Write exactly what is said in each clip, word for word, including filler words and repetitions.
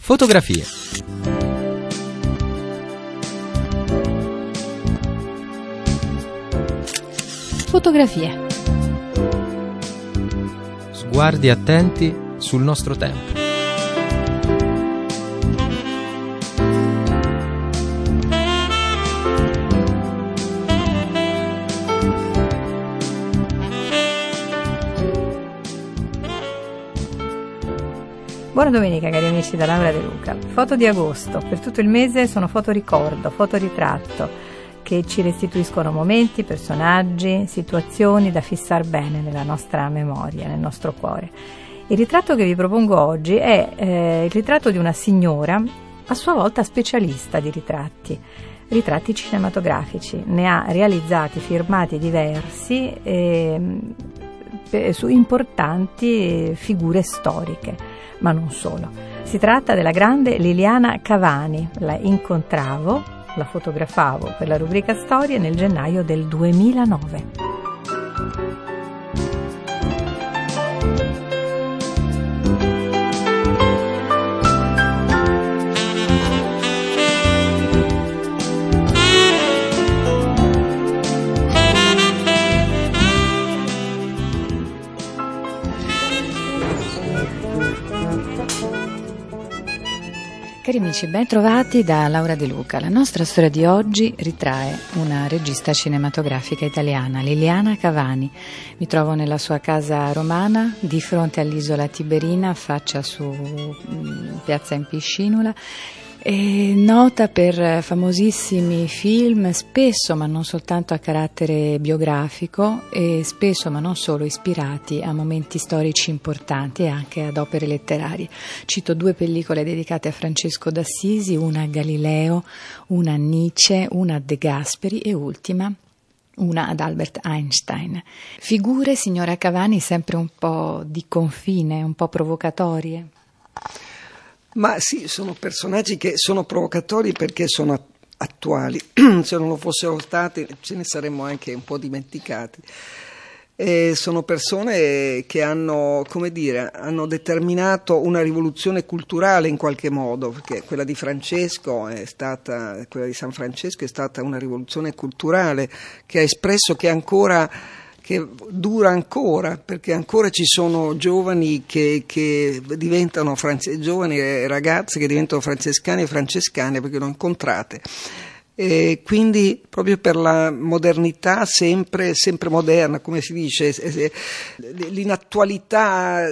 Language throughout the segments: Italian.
Fotografie. Fotografie. Sguardi attenti sul nostro tempo. Buona domenica cari amici da Laura De Luca. Foto di agosto, per tutto il mese sono foto ricordo, foto ritratto, che ci restituiscono momenti, personaggi, situazioni da fissar bene nella nostra memoria, nel nostro cuore. Il ritratto che vi propongo oggi è eh, il ritratto di una signora, a sua volta specialista di ritratti, ritratti cinematografici. Ne ha realizzati, firmati diversi eh, su importanti figure storiche. Ma non solo. Si tratta della grande Liliana Cavani. La incontravo, la fotografavo per la rubrica Storie nel gennaio del duemilanove. Cari amici, ben trovati da Laura De Luca. La nostra storia di oggi ritrae una regista cinematografica italiana, Liliana Cavani. Mi trovo nella sua casa romana, di fronte all'isola Tiberina, faccia su mh, Piazza Empiscinula. È nota per famosissimi film, spesso ma non soltanto a carattere biografico, e spesso ma non solo ispirati a momenti storici importanti e anche ad opere letterarie. Cito due pellicole dedicate a Francesco d'Assisi, una a Galileo, una a Nietzsche, una a De Gasperi e ultima una ad Albert Einstein. Figure, signora Cavani, sempre un po' di confine, un po' provocatorie? Ma sì, sono personaggi che sono provocatori perché sono attuali. Se non lo fossero stati ce ne saremmo anche un po' dimenticati. E sono persone che hanno, come dire, hanno determinato una rivoluzione culturale in qualche modo, perché quella di Francesco è stata, quella di San Francesco è stata una rivoluzione culturale che ha espresso che ancora che dura ancora, perché ancora ci sono giovani che, che diventano france- giovani ragazze che diventano francescani e francescane perché le ho incontrate. E quindi proprio per la modernità sempre, sempre moderna, come si dice, l'inattualità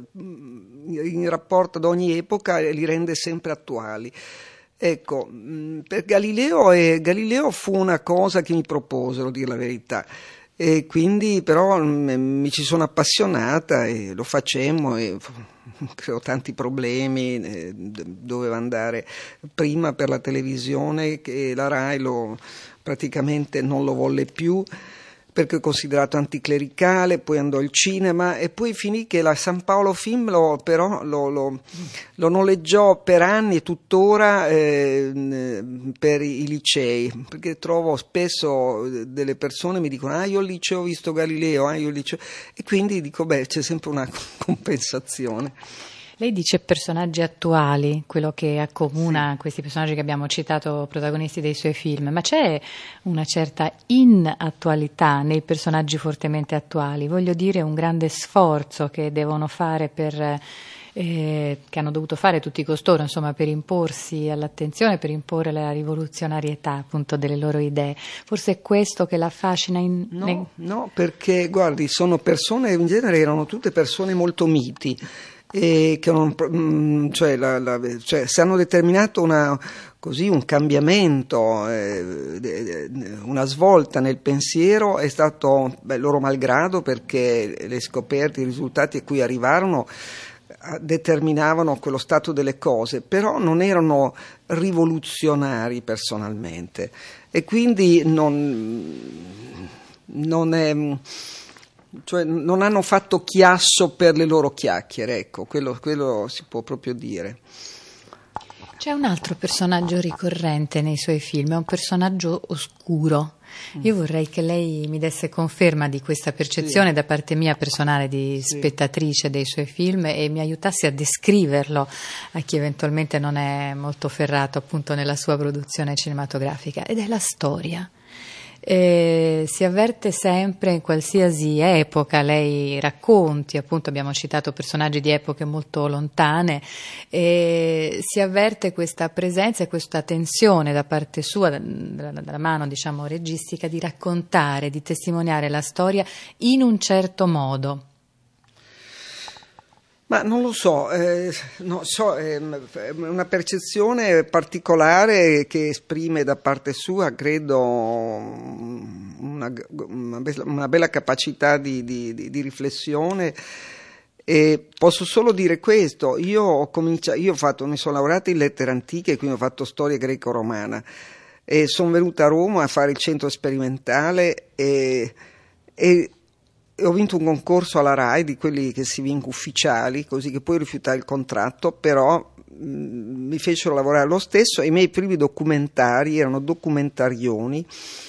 in rapporto ad ogni epoca li rende sempre attuali. Ecco, per Galileo, e Galileo fu una cosa che mi proposero, a dire la verità. E quindi però mi ci sono appassionata e lo facemmo e creò tanti problemi, eh, doveva andare prima per la televisione che la Rai lo, praticamente non lo volle più perché è considerato anticlericale, poi andò al cinema e poi finì che la San Paolo Film lo, però lo, lo, lo noleggiò per anni e tuttora eh, per i, i licei, perché trovo spesso delle persone mi dicono ah io al liceo ho visto Galileo, ah io al liceo, e quindi dico beh c'è sempre una compensazione. Lei dice personaggi attuali, quello che accomuna sì. Questi personaggi che abbiamo citato protagonisti dei suoi film, ma c'è una certa inattualità nei personaggi fortemente attuali, voglio dire un grande sforzo che devono fare per, eh, che hanno dovuto fare tutti costoro, insomma, per imporsi all'attenzione, per imporre la rivoluzionarietà appunto delle loro idee. Forse è questo che la affascina in... No, nei... no, perché guardi, sono persone, in genere erano tutte persone molto miti. E che non, cioè, la, la, cioè se hanno determinato una, così, un cambiamento, eh, una svolta nel pensiero è stato beh, loro malgrado, perché le scoperte, i risultati a cui arrivarono determinavano quello stato delle cose, però non erano rivoluzionari personalmente e quindi non, non è... cioè non hanno fatto chiasso per le loro chiacchiere, ecco, quello, quello si può proprio dire. C'è un altro personaggio ricorrente nei suoi film, è un personaggio oscuro. Io vorrei che lei mi desse conferma di questa percezione, sì, da parte mia personale di sì. spettatrice dei suoi film, e mi aiutasse a descriverlo a chi eventualmente non è molto ferrato appunto nella sua produzione cinematografica, ed è la storia. Eh, si avverte sempre in qualsiasi epoca lei racconti, appunto abbiamo citato personaggi di epoche molto lontane, eh, si avverte questa presenza e questa tensione da parte sua, dalla, dalla mano diciamo registica, di raccontare, di testimoniare la storia in un certo modo. Ma non lo so, eh, no, so è una percezione particolare che esprime da parte sua, credo, una, una, bella, una bella capacità di, di, di riflessione. E posso solo dire questo: io ho cominciato, io ho fatto, mi sono laureata in lettere antiche, quindi ho fatto storia greco-romana, e sono venuta a Roma a fare il centro sperimentale e, e ho vinto un concorso alla RAI, di quelli che si vincono ufficiali, così che poi rifiutai il contratto, però mh, mi fecero lavorare lo stesso, e i miei primi documentari erano documentarioni,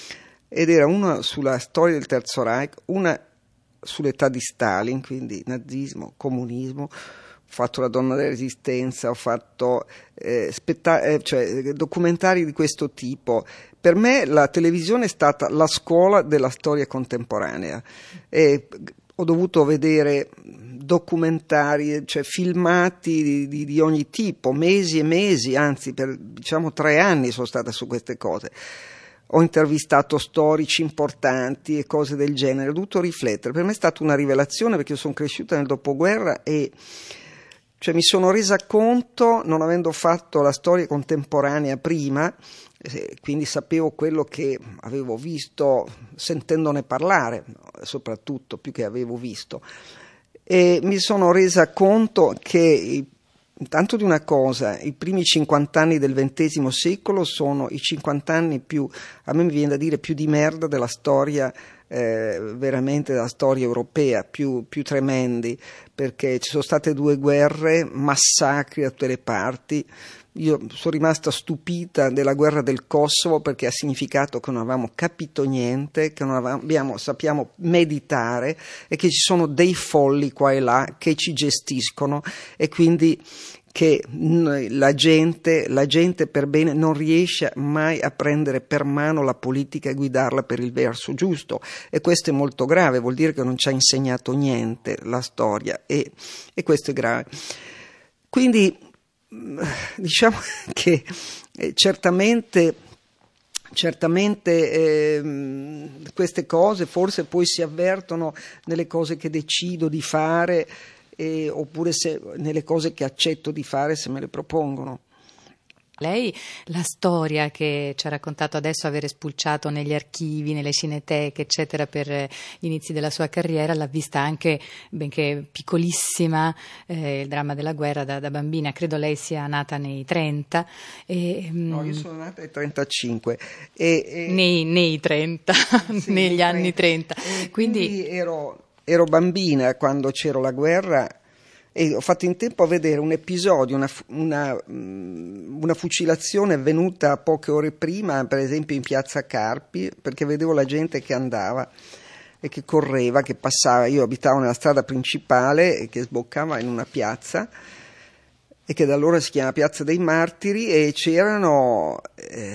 ed era una sulla storia del Terzo Reich, una sull'età di Stalin, quindi nazismo, comunismo. Ho fatto La donna della resistenza, ho fatto eh, spetta- eh, cioè, documentari di questo tipo. Per me la televisione è stata la scuola della storia contemporanea, e ho dovuto vedere documentari, cioè filmati di, di, di ogni tipo, mesi e mesi, anzi per diciamo tre anni sono stata su queste cose. Ho intervistato storici importanti e cose del genere, ho dovuto riflettere. Per me è stata una rivelazione, perché io sono cresciuta nel dopoguerra e cioè mi sono resa conto, non avendo fatto la storia contemporanea prima, quindi sapevo quello che avevo visto sentendone parlare, soprattutto, più che avevo visto, e mi sono resa conto che intanto di una cosa: i primi cinquanta anni del ventesimo secolo sono i cinquanta anni più, a me mi viene da dire, più di merda della storia, eh, veramente della storia europea, più, più tremendi, perché ci sono state due guerre, massacri da tutte le parti. Io sono rimasta stupita della guerra del Kosovo, perché ha significato che non avevamo capito niente, che non abbiamo, sappiamo meditare, e che ci sono dei folli qua e là che ci gestiscono, e quindi che la gente, la gente per bene non riesce mai a prendere per mano la politica e guidarla per il verso giusto, e questo è molto grave, vuol dire che non ci ha insegnato niente la storia, e, e questo è grave. Quindi diciamo che eh, certamente certamente eh, queste cose forse poi si avvertono nelle cose che decido di fare, eh, oppure se, nelle cose che accetto di fare se me le propongono. Lei la storia che ci ha raccontato adesso, avere spulciato negli archivi, nelle cineteche, eccetera, per gli inizi della sua carriera, l'ha vista anche, benché piccolissima, eh, il dramma della guerra da, da bambina. Credo lei sia nata nei trenta. E, no, io sono nata nei trentacinque. E, e, nei, nei trenta, sì, negli nei anni trenta. trenta. Quindi, quindi ero, ero bambina quando c'era la guerra, e ho fatto in tempo a vedere un episodio, una, una, una fucilazione avvenuta poche ore prima, per esempio in piazza Carpi, perché vedevo la gente che andava e che correva, che passava. Io abitavo nella strada principale e che sboccava in una piazza, e che da allora si chiama Piazza dei Martiri, e c'erano eh,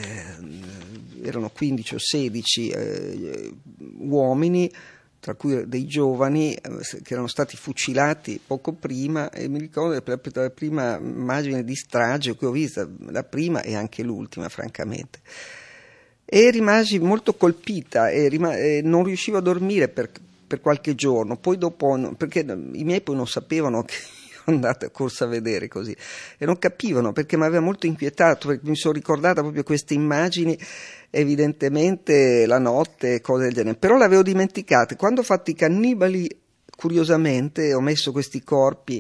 erano quindici o sedici eh, uomini, tra cui dei giovani, che erano stati fucilati poco prima, e mi ricordo che la, la prima immagine di strage che ho visto, la prima e anche l'ultima francamente, e rimasi molto colpita, e, rim- e non riuscivo a dormire per, per qualche giorno. Poi dopo, perché i miei poi non sapevano che andata a corsa a vedere così, e non capivano, perché mi aveva molto inquietato, perché mi sono ricordata proprio queste immagini, evidentemente la notte, cose del genere, però l'avevo dimenticate. Quando ho fatto i cannibali, curiosamente ho messo questi corpi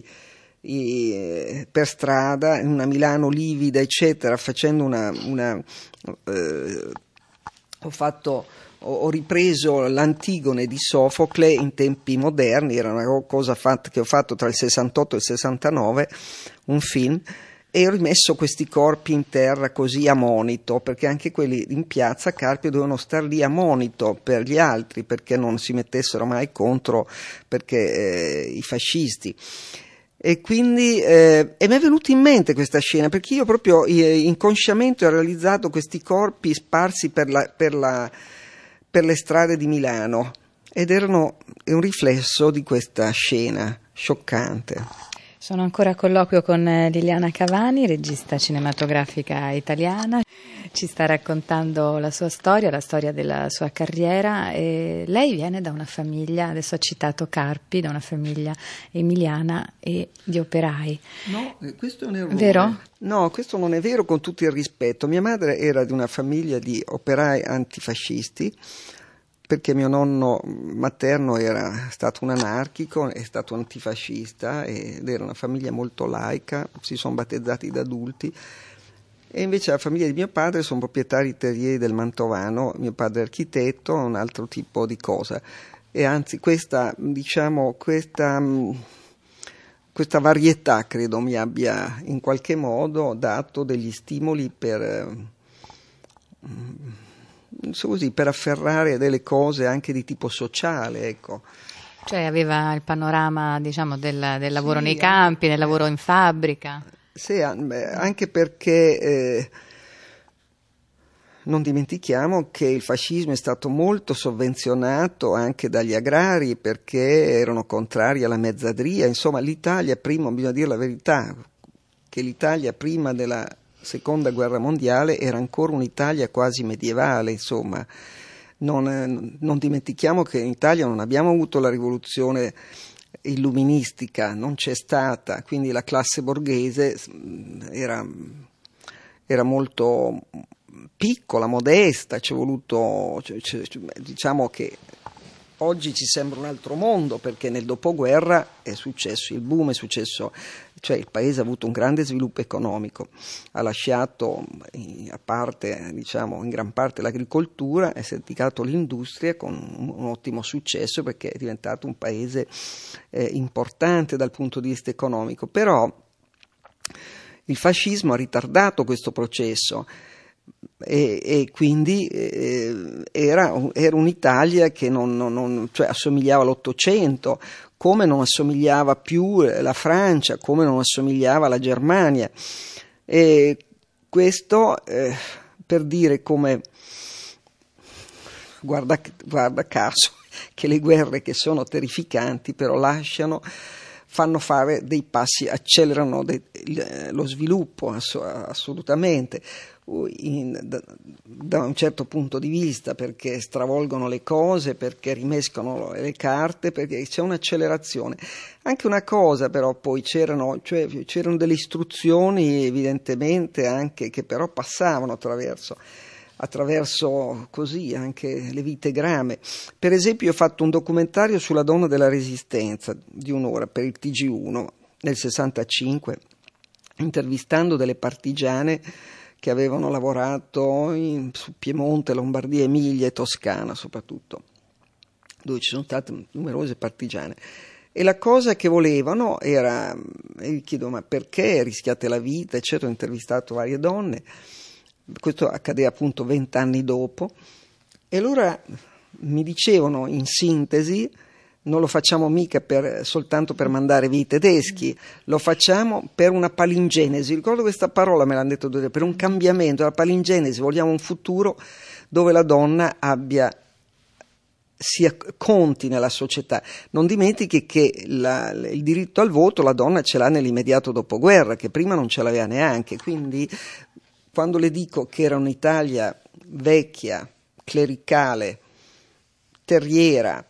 i, per strada in una Milano livida eccetera, facendo una, una eh, ho fatto ho ripreso l'Antigone di Sofocle in tempi moderni, era una cosa fatta, che ho fatto tra il sessantotto e il sessantanove, un film, e ho rimesso questi corpi in terra così a monito, perché anche quelli in piazza a Carpio dovevano star lì a monito per gli altri, perché non si mettessero mai contro perché, eh, i fascisti. E quindi eh, e mi è venuta in mente questa scena, perché io proprio eh, inconsciamente ho realizzato questi corpi sparsi per, la, per, la, per le strade di Milano, ed erano un riflesso di questa scena scioccante. Sono ancora a colloquio con Liliana Cavani, regista cinematografica italiana. Ci sta raccontando la sua storia, la storia della sua carriera. E lei viene da una famiglia, adesso ha citato Carpi, da una famiglia emiliana e di operai. No, questo è un errore. Vero? No, questo non è vero, con tutto il rispetto. Mia madre era di una famiglia di operai antifascisti, perché mio nonno materno era stato un anarchico, è stato antifascista ed era una famiglia molto laica, si sono battezzati da adulti, e invece la famiglia di mio padre sono proprietari terrieri del Mantovano, mio padre è architetto, un altro tipo di cosa, e anzi questa, diciamo, questa, questa varietà credo mi abbia in qualche modo dato degli stimoli per... così, per afferrare delle cose anche di tipo sociale, ecco. Cioè aveva il panorama, diciamo, del, del lavoro Sì, nei campi, del lavoro in fabbrica. Sì, anche perché eh, non dimentichiamo che il fascismo è stato molto sovvenzionato anche dagli agrari, perché erano contrari alla mezzadria. Insomma, l'Italia prima, bisogna dire la verità, che l'Italia prima della Seconda Guerra Mondiale era ancora un'Italia quasi medievale, insomma. Non, non dimentichiamo che in Italia non abbiamo avuto la rivoluzione illuministica, non c'è stata, quindi la classe borghese era, era molto piccola, modesta, c'è voluto, cioè, cioè, diciamo che oggi ci sembra un altro mondo, perché nel dopoguerra è successo il boom, è successo, cioè il paese ha avuto un grande sviluppo economico, ha lasciato a parte, diciamo, in gran parte l'agricoltura e si è dedicato all'industria con un ottimo successo, perché è diventato un paese eh, importante dal punto di vista economico. Però il fascismo ha ritardato questo processo. E, e quindi eh, era, era un'Italia che non, non, non, cioè assomigliava all'Ottocento, come non assomigliava più la Francia, come non assomigliava la Germania. E questo eh, per dire come, guarda, guarda caso, che le guerre, che sono terrificanti, però lasciano, fanno fare dei passi, accelerano de, lo sviluppo ass- assolutamente. In, da, da un certo punto di vista, perché stravolgono le cose, perché rimescono le carte, perché c'è un'accelerazione. Anche una cosa però poi c'erano, cioè, c'erano delle istruzioni evidentemente anche che però passavano attraverso attraverso così anche le vite grame. Per esempio, io ho fatto un documentario sulla donna della Resistenza di un'ora per il T G uno nel sessantacinque, intervistando delle partigiane che avevano lavorato in, su Piemonte, Lombardia, Emilia e Toscana soprattutto, dove ci sono state numerose partigiane. E la cosa che volevano era, e gli chiedo ma perché rischiate la vita, eccetera, ho intervistato varie donne, questo accadeva appunto vent'anni dopo, e allora mi dicevano in sintesi: non lo facciamo mica per, soltanto per mandare via i tedeschi, lo facciamo per una palingenesi. Ricordo questa parola, me l'hanno detto due, per un cambiamento, la palingenesi, vogliamo un futuro dove la donna abbia, sia conti nella società. Non dimentichi che la, il diritto al voto la donna ce l'ha nell'immediato dopoguerra, che prima non ce l'aveva neanche, quindi quando le dico che era un'Italia vecchia, clericale, terriera,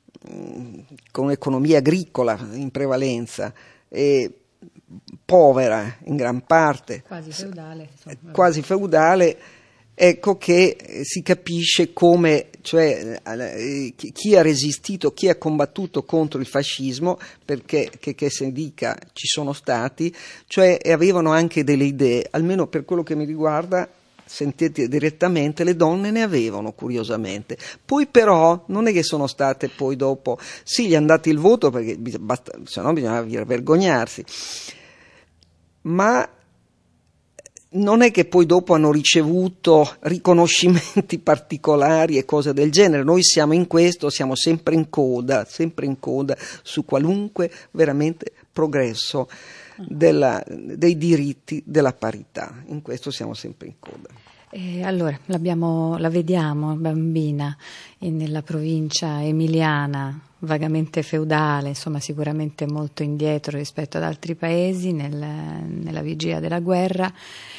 con un'economia agricola in prevalenza e povera in gran parte, quasi feudale, insomma. quasi feudale, ecco che si capisce come, cioè, chi ha resistito, chi ha combattuto contro il fascismo, perché che, che se dica ci sono stati, cioè avevano anche delle idee, almeno per quello che mi riguarda. Sentite direttamente, le donne ne avevano, curiosamente. Poi però non è che sono state poi dopo, sì, gli hanno dato il voto perché basta, se no bisognava vergognarsi, ma non è che poi dopo hanno ricevuto riconoscimenti particolari e cose del genere. Noi siamo in questo, siamo sempre in coda, sempre in coda su qualunque veramente progresso della, dei diritti della parità. In questo siamo sempre in coda. E allora l'abbiamo, la vediamo bambina in, nella provincia emiliana, vagamente feudale, insomma sicuramente molto indietro rispetto ad altri paesi nel, nella vigilia della guerra.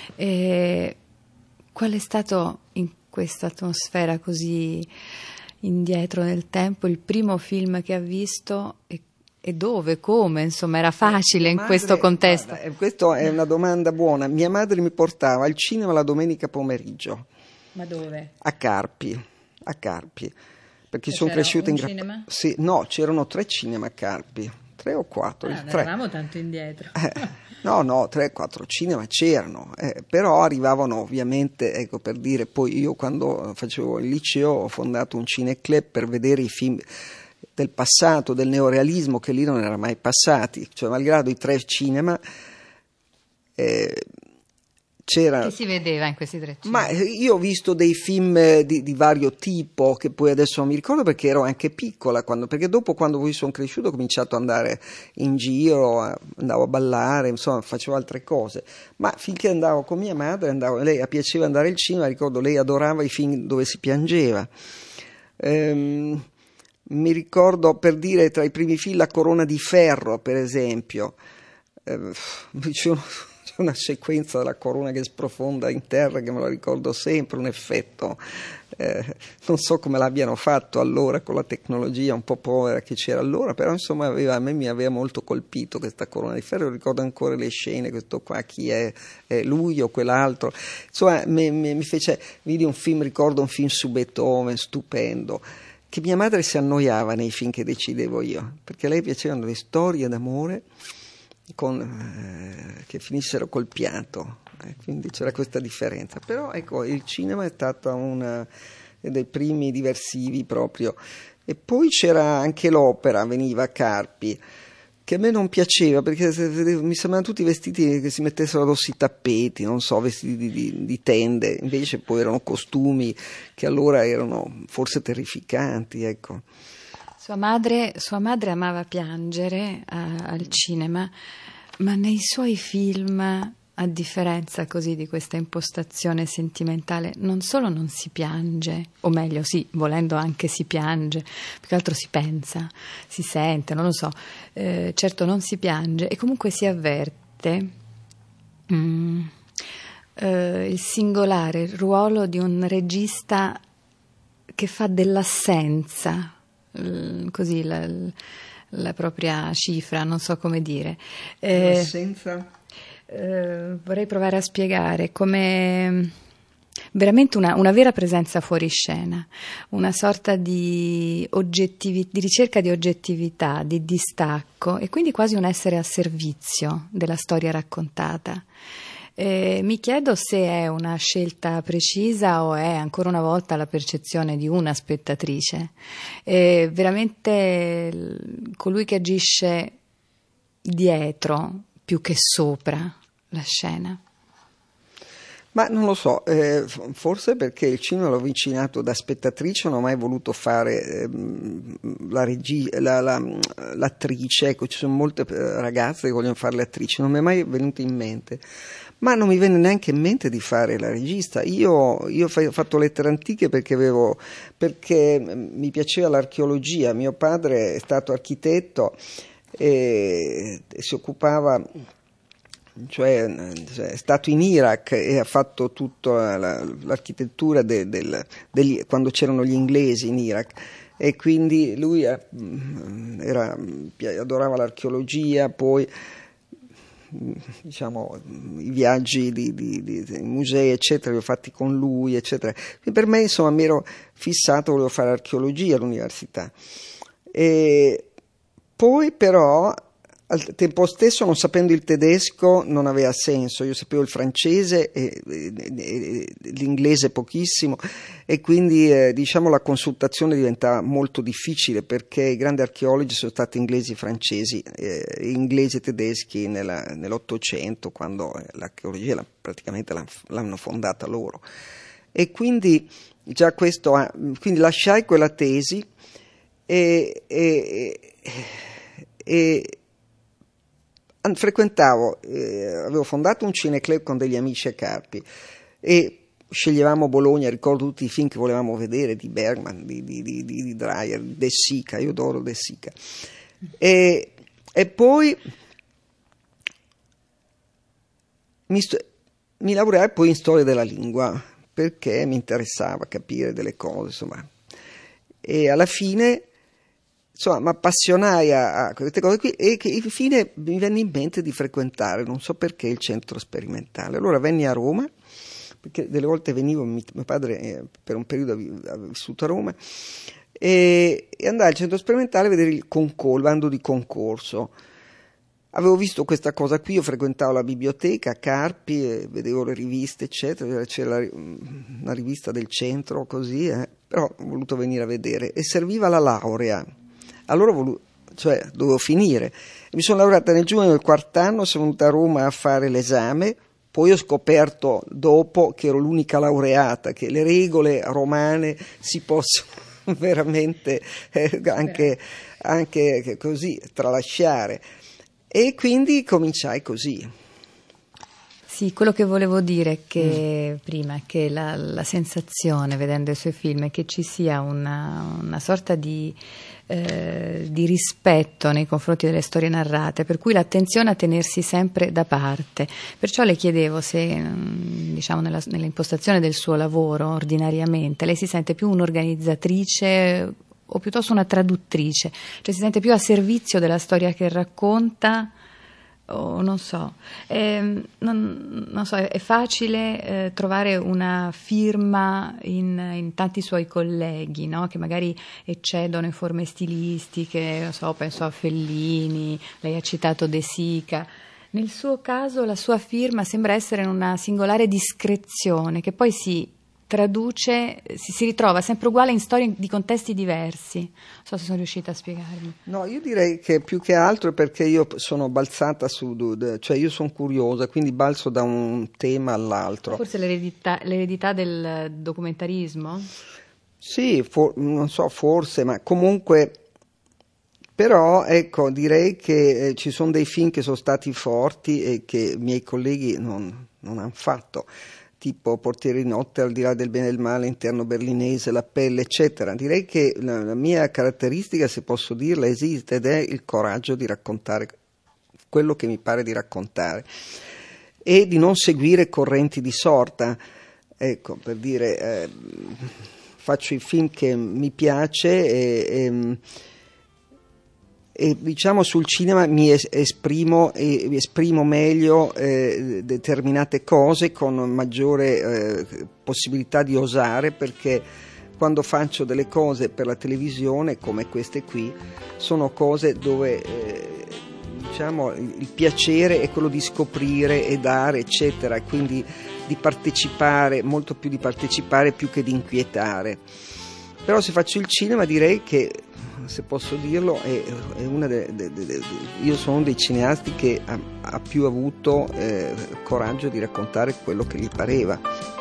E qual è stato in questa atmosfera così indietro nel tempo il primo film che ha visto e, e dove, come, insomma era facile in madre, questo contesto? Guarda, questa è una domanda buona. Mia madre mi portava al cinema la domenica pomeriggio. Ma dove? A Carpi, a Carpi. Perché E sono c'era cresciuta un in cinema? Sì, no, c'erano tre cinema a Carpi, tre o quattro. Ah, non tre. eravamo tanto indietro. Eh, no, no, tre, quattro cinema c'erano, eh, però arrivavano ovviamente, ecco, per dire, poi io quando facevo il liceo ho fondato un cineclub per vedere i film del passato, del neorealismo, che lì non era mai passati, cioè malgrado i tre cinema eh, c'era... Che si vedeva in questi tre cinema? Ma io ho visto dei film di, di vario tipo, che poi adesso non mi ricordo perché ero anche piccola, quando, perché dopo quando poi sono cresciuto ho cominciato ad andare in giro, andavo a ballare, insomma facevo altre cose, ma finché andavo con mia madre, andavo, lei piaceva andare al cinema, ricordo lei adorava i film dove si piangeva. Ehm, mi ricordo, per dire, tra i primi film La Corona di Ferro, per esempio, ehm, c'è una sequenza della corona che sprofonda in terra che me lo ricordo sempre, un effetto, eh, non so come l'abbiano fatto allora con la tecnologia un po' povera che c'era allora, però insomma aveva, a me mi aveva molto colpito questa corona di ferro, ricordo ancora le scene, questo qua chi è, è lui o quell'altro, insomma mi, mi, mi fece, vidi un film, ricordo un film su Beethoven stupendo, che mia madre si annoiava nei film che decidevo io, perché a lei piacevano le storie d'amore con, eh, che finissero col pianto, eh, quindi c'era questa differenza, però ecco il cinema è stato una dei primi diversivi proprio, e poi c'era anche l'opera, veniva a Carpi, che a me non piaceva perché mi sembravano tutti vestiti che si mettessero addosso i tappeti, non so, vestiti di, di, di tende, invece poi erano costumi che allora erano forse terrificanti, ecco. Sua madre, sua madre amava piangere a, al cinema, ma nei suoi film, a differenza così di questa impostazione sentimentale, non solo non si piange, o meglio sì, volendo anche si piange, più che altro si pensa, si sente, non lo so, eh, certo non si piange e comunque si avverte mm, eh, il singolare ruolo di un regista che fa dell'assenza così la, la propria cifra, non so come dire. Eh, L'assenza? Eh, vorrei provare a spiegare come veramente una, una vera presenza fuori scena, una sorta di, oggettivi, di ricerca di oggettività, di distacco e quindi quasi un essere a servizio della storia raccontata. Eh, mi chiedo se è una scelta precisa o è ancora una volta la percezione di una spettatrice. Eh, veramente l- colui che agisce dietro più che sopra la scena. Ma non lo so, eh, forse perché il cinema l'ho avvicinato da spettatrice, non ho mai voluto fare ehm, la regia, la, la, l'attrice, ecco, ci sono molte ragazze che vogliono fare le attrici, non mi è mai venuto in mente, ma non mi venne neanche in mente di fare la regista. Io, io ho fatto lettere antiche perché avevo, perché mi piaceva l'archeologia, mio padre è stato architetto e, e si occupava... cioè è stato in Iraq e ha fatto tutta la, l'architettura de, del, degli, quando c'erano gli inglesi in Iraq e quindi lui era, adorava l'archeologia, poi diciamo i viaggi di, di, di, di musei eccetera li ho fatti con lui eccetera, quindi per me insomma mi ero fissato, volevo fare archeologia all'università e poi però al tempo stesso, non sapendo il tedesco non aveva senso. Io sapevo il francese e, e, e l'inglese pochissimo, e quindi eh, diciamo la consultazione diventava molto difficile, perché i grandi archeologi sono stati inglesi e francesi, eh, inglesi e tedeschi nella, nell'Ottocento, quando l'archeologia la, praticamente l'hanno fondata loro. E quindi già questo ha, quindi lasciai quella tesi e, e, e frequentavo, eh, avevo fondato un cineclub con degli amici a Carpi e sceglievamo Bologna. Ricordo tutti i film che volevamo vedere di Bergman, di, di, di, di Dreyer, di De Sica. Io adoro De Sica. E, e poi mi, st- mi laureai poi in storia della lingua, perché mi interessava capire delle cose, insomma. E alla fine, insomma, mi appassionai a, a queste cose qui, e che alla fine mi venne in mente di frequentare, non so perché, il centro sperimentale. Allora venni a Roma, perché delle volte venivo, mio padre eh, per un periodo aveva vissuto a Roma, e, e andai al centro sperimentale a vedere il concorso, il bando di concorso. Avevo visto questa cosa qui, io frequentavo la biblioteca a Carpi, e vedevo le riviste, eccetera, c'era una rivista del centro, così, eh, però ho voluto venire a vedere, e serviva la laurea. Allora voluto, cioè dovevo finire. Mi sono laureata nel giugno del quarto anno, sono venuta a Roma a fare l'esame, poi ho scoperto dopo che ero l'unica laureata, che le regole romane si possono veramente eh, anche, anche così tralasciare, e quindi cominciai così. Sì, quello che volevo dire che mm. prima è che la, la sensazione vedendo i suoi film è che ci sia una, una sorta di, eh, di rispetto nei confronti delle storie narrate, per cui l'attenzione a tenersi sempre da parte. Perciò le chiedevo se, diciamo, nella, nell'impostazione del suo lavoro ordinariamente lei si sente più un'organizzatrice o piuttosto una traduttrice, cioè si sente più a servizio della storia che racconta. Oh, non so, eh, non, non so, è facile eh, trovare una firma in, in tanti suoi colleghi, no? Che magari eccedono in forme stilistiche, non so, penso a Fellini, lei ha citato De Sica. Nel suo caso la sua firma sembra essere una singolare discrezione che poi si traduce, si, si ritrova sempre uguale in storie di contesti diversi. Non so se sono riuscita a spiegarmi. No, io direi che più che altro è perché io sono balzata su, cioè io sono curiosa, quindi balzo da un tema all'altro. Forse l'eredità, l'eredità del documentarismo? Sì, for, non so, forse, ma comunque, però ecco, direi che eh, ci sono dei film che sono stati forti e che i miei colleghi non, non hanno fatto, tipo Portiere di notte, Al di là del bene e del male, Interno berlinese, La pelle, eccetera. Direi che la, la mia caratteristica, se posso dirla, esiste, ed è il coraggio di raccontare quello che mi pare di raccontare e di non seguire correnti di sorta. Ecco, per dire, eh, faccio i film che mi piace e, e e diciamo sul cinema mi esprimo e esprimo meglio eh, determinate cose con maggiore eh, possibilità di osare, perché quando faccio delle cose per la televisione come queste qui sono cose dove eh, diciamo il piacere è quello di scoprire e dare, eccetera, e quindi di partecipare, molto più di partecipare più che di inquietare. Però se faccio il cinema direi che, se posso dirlo, è, è una de, de, de, de, io sono uno dei cineasti che ha, ha più avuto eh, coraggio di raccontare quello che gli pareva.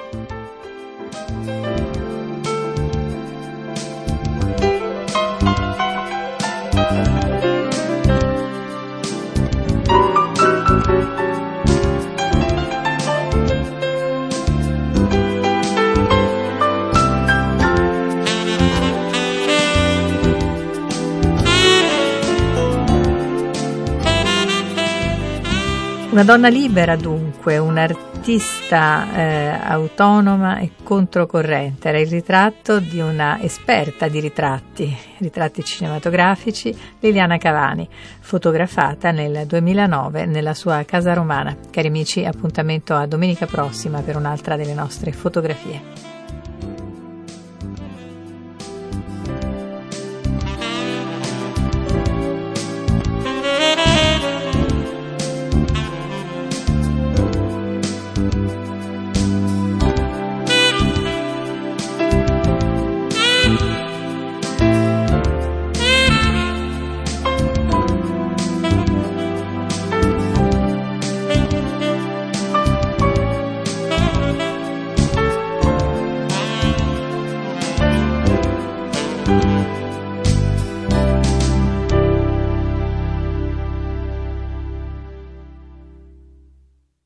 Una donna libera dunque, un'artista eh, autonoma e controcorrente. Era il ritratto di una esperta di ritratti, ritratti cinematografici, Liliana Cavani, fotografata nel duemilanove nella sua casa romana. Cari amici, appuntamento a domenica prossima per un'altra delle nostre fotografie.